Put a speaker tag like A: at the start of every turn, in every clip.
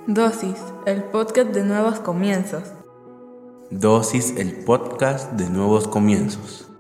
A: Dosis, el podcast de nuevos comienzos.
B: Dosis, el podcast de nuevos comienzos.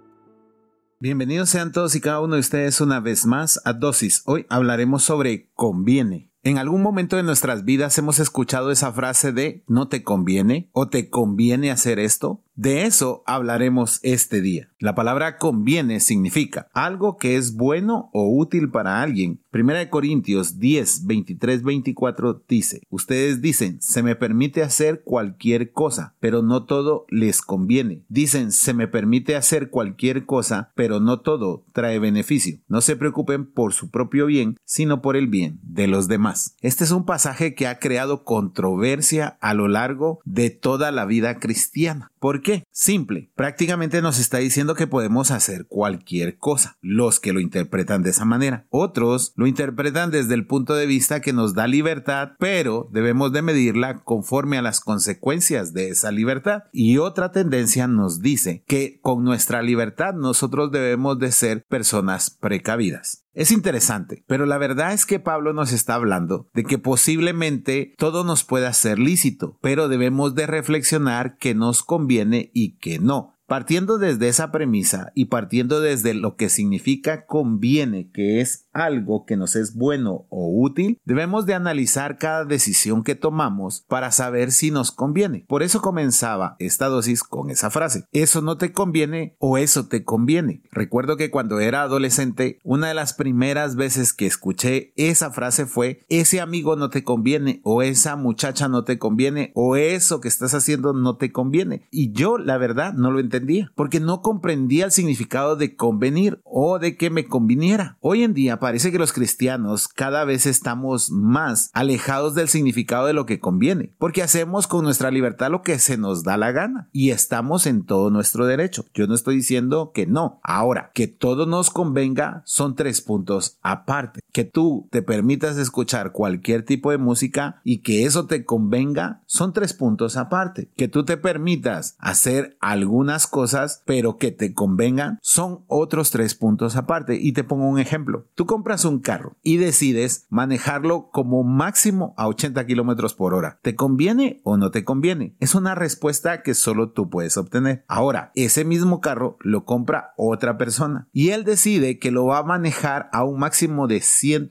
C: Bienvenidos sean todos y cada uno de ustedes una vez más a Dosis. Hoy hablaremos sobre conviene. En algún momento de nuestras vidas hemos escuchado esa frase de ¿no te conviene? ¿O te conviene hacer esto? De eso hablaremos este día. La palabra conviene significa algo que es bueno o útil para alguien. 1 Corintios 10, 23, 24 dice, ustedes dicen, se me permite hacer cualquier cosa, pero no todo les conviene. Dicen, se me permite hacer cualquier cosa, pero no todo trae beneficio. No se preocupen por su propio bien, sino por el bien de los demás. Este es un pasaje que ha creado controversia a lo largo de toda la vida cristiana. ¿Por qué? Simple. Prácticamente nos está diciendo que podemos hacer cualquier cosa. Los que lo interpretan de esa manera. Otros lo interpretan desde el punto de vista que nos da libertad, pero debemos de medirla conforme a las consecuencias de esa libertad. Y otra tendencia nos dice que con nuestra libertad nosotros debemos de ser personas precavidas. Es interesante, pero la verdad es que Pablo nos está hablando de que posiblemente todo nos pueda ser lícito, pero debemos de reflexionar qué nos conviene y qué no. Partiendo desde esa premisa y partiendo desde lo que significa conviene, que es algo que nos es bueno o útil, debemos de analizar cada decisión que tomamos para saber si nos conviene. Por eso comenzaba esta dosis con esa frase. ¿Eso no te conviene o eso te conviene? Recuerdo que cuando era adolescente, una de las primeras veces que escuché esa frase fue ese amigo no te conviene o esa muchacha no te conviene o eso que estás haciendo no te conviene. Y yo, la verdad, no lo entendía porque no comprendía el significado de convenir o de que me conviniera. Hoy en día parece que los cristianos cada vez estamos más alejados del significado de lo que conviene, porque hacemos con nuestra libertad lo que se nos da la gana y estamos en todo nuestro derecho. Yo no estoy diciendo que no. Ahora, que todo nos convenga son 3 puntos aparte. Que tú te permitas escuchar cualquier tipo de música y que eso te convenga son 3 puntos aparte. Que tú te permitas hacer algunas cosas pero que te convengan son otros 3 puntos aparte. Y te pongo un ejemplo. Tú compras un carro y decides manejarlo como máximo a 80 kilómetros por hora. ¿Te conviene o no te conviene? Es una respuesta que solo tú puedes obtener. Ahora, ese mismo carro lo compra otra persona y él decide que lo va a manejar a un máximo de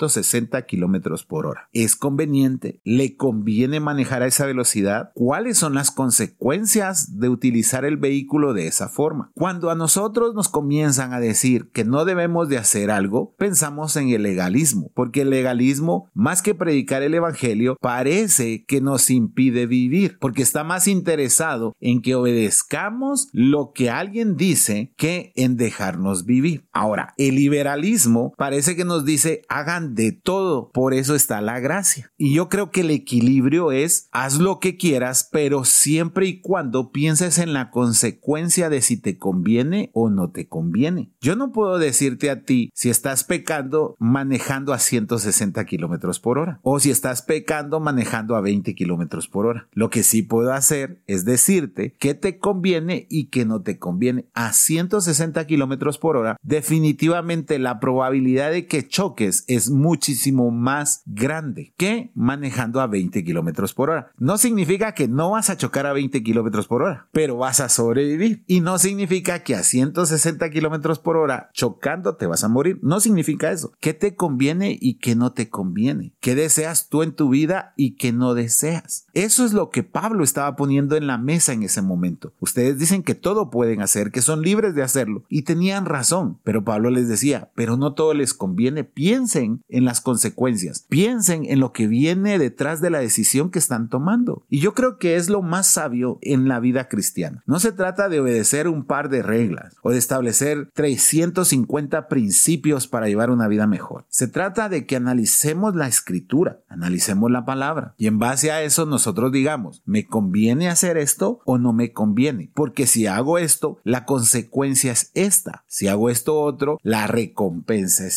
C: 160 kilómetros por hora. ¿Es conveniente? ¿Le conviene manejar a esa velocidad? ¿Cuáles son las consecuencias de utilizar el vehículo de esa forma? Cuando a nosotros nos comienzan a decir que no debemos de hacer algo, pensamos en el legalismo, porque el legalismo, más que predicar el evangelio, parece que nos impide vivir, porque está más interesado en que obedezcamos lo que alguien dice que en dejarnos vivir. Ahora, el liberalismo parece que nos dice hagan de todo, por eso está la gracia. Y yo creo que el equilibrio es haz lo que quieras, pero siempre y cuando pienses en la consecuencia de si te conviene o no te conviene. Yo no puedo decirte a ti si estás pecando manejando a 160 kilómetros por hora o si estás pecando manejando a 20 kilómetros por hora. Lo que sí puedo hacer es decirte qué te conviene y qué no te conviene. A 160 kilómetros por hora, definitivamente la probabilidad de que choques es muchísimo más grande que manejando a 20 kilómetros por hora. No significa que no vas a chocar a 20 kilómetros por hora, pero vas a sobrevivir. Y no significa que a 160 kilómetros por hora chocando te vas a morir. No significa eso. ¿Qué te conviene y qué no te conviene? ¿Qué deseas tú en tu vida y qué no deseas? Eso es lo que Pablo estaba poniendo en la mesa en ese momento. Ustedes dicen que todo pueden hacer, que son libres de hacerlo. Y tenían razón. Pero Pablo les decía, pero no todo les conviene. Piensen en las consecuencias. Piensen en lo que viene detrás de la decisión que están tomando. Y yo creo que es lo más sabio en la vida cristiana. No se trata de obedecer un par de reglas o de establecer 350 principios para llevar una vida mejor. Se trata de que analicemos la escritura, analicemos la palabra y en base a eso nosotros digamos, ¿me conviene hacer esto o no me conviene? Porque si hago esto, la consecuencia es esta. Si hago esto otro, la recompensa es esta.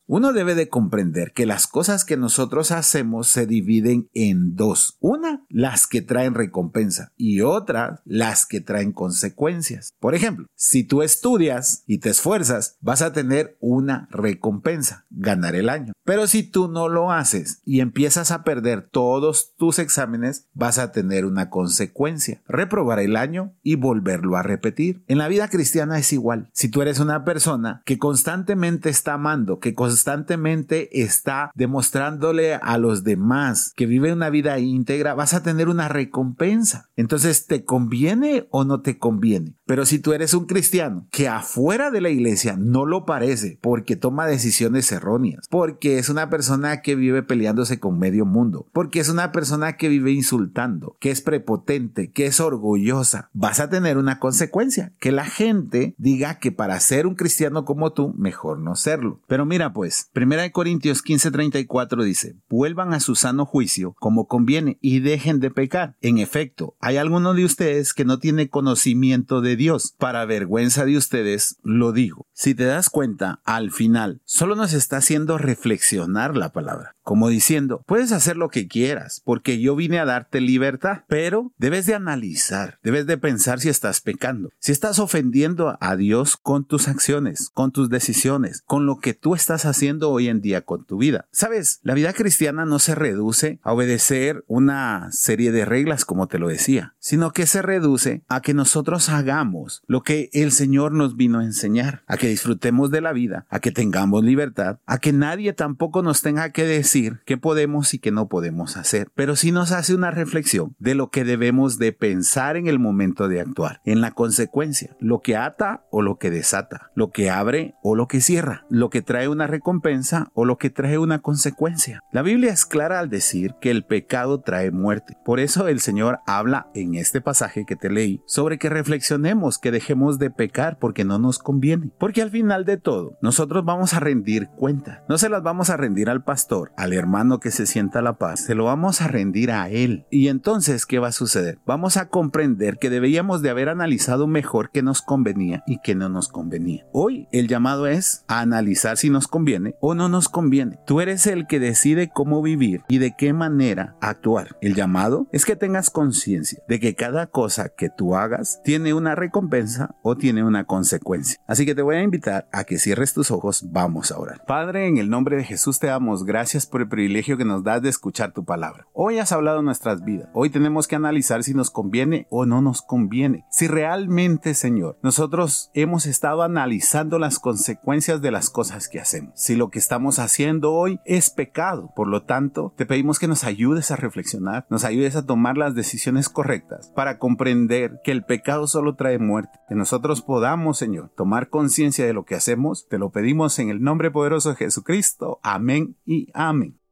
C: Uno debe de comprender que las cosas que nosotros hacemos se dividen en dos. Una, las que traen recompensa y otra, las que traen consecuencias. Por ejemplo, si tú estudias y te esfuerzas, vas a tener una recompensa, ganar el año. Pero si tú no lo haces y empiezas a perder todos tus exámenes, vas a tener una consecuencia, reprobar el año y volverlo a repetir. En la vida cristiana es igual. Si tú eres una persona que constantemente está amando, que constantemente está demostrándole a los demás que vive una vida íntegra, vas a tener una recompensa. Entonces, ¿te conviene o no te conviene? Pero si tú eres un cristiano que afuera de la iglesia no lo parece porque toma decisiones erróneas, porque es una persona que vive peleándose con medio mundo, porque es una persona que vive insultando, que es prepotente, que es orgullosa, vas a tener una consecuencia, que la gente diga que para ser un cristiano como tú, mejor no serlo. Pero mira pues, 1 Corintios 15:34 dice, vuelvan a su sano juicio como conviene y dejen de pecar. En efecto, hay alguno de ustedes que no tiene conocimiento de Dios. Para vergüenza de ustedes lo digo. Si te das cuenta, al final, solo nos está haciendo reflexionar la palabra. Como diciendo, puedes hacer lo que quieras, porque yo vine a darte libertad, pero debes de analizar, debes de pensar si estás pecando, si estás ofendiendo a Dios con tus acciones, con tus decisiones, con lo que tú estás haciendo hoy en día con tu vida. ¿Sabes? La vida cristiana no se reduce a obedecer una serie de reglas, como te lo decía, sino que se reduce a que nosotros hagamos lo que el Señor nos vino a enseñar, a que disfrutemos de la vida, a que tengamos libertad, a que nadie tampoco nos tenga que decir qué podemos y qué no podemos hacer, pero sí nos hace una reflexión de lo que debemos de pensar en el momento de actuar, en la consecuencia, lo que ata o lo que desata, lo que abre o lo que cierra, lo que trae una recompensa o lo que trae una consecuencia. La Biblia es clara al decir que el pecado trae muerte. Por eso el Señor habla en este pasaje que te leí sobre que reflexionemos, que dejemos de pecar porque no nos conviene, porque al final de todo nosotros vamos a rendir cuenta. No se las vamos a rendir al pastor, al hermano que se sienta a la paz, se lo vamos a rendir a él. Y entonces, ¿qué va a suceder? Vamos a comprender que deberíamos de haber analizado mejor qué nos convenía y qué no nos convenía. Hoy el llamado es a analizar si nos conviene o no nos conviene. Tú eres el que decide cómo vivir y de qué manera actuar. El llamado es que tengas conciencia de que cada cosa que tú hagas tiene una recompensa o tiene una consecuencia. Así que te voy a invitar a que cierres tus ojos. Vamos a orar. Padre, en el nombre de Jesús te damos gracias por el privilegio que nos das de escuchar tu palabra. Hoy has hablado en nuestras vidas. Hoy tenemos que analizar si nos conviene o no nos conviene. Si realmente, Señor, nosotros hemos estado analizando las consecuencias de las cosas que hacemos. Si lo que estamos haciendo hoy es pecado, por lo tanto, te pedimos que nos ayudes a reflexionar, nos ayudes a tomar las decisiones correctas para comprender que el pecado solo trae muerte. Que nosotros podamos, Señor, tomar conciencia de lo que hacemos. Te lo pedimos en el nombre poderoso de Jesucristo. Amén y amén.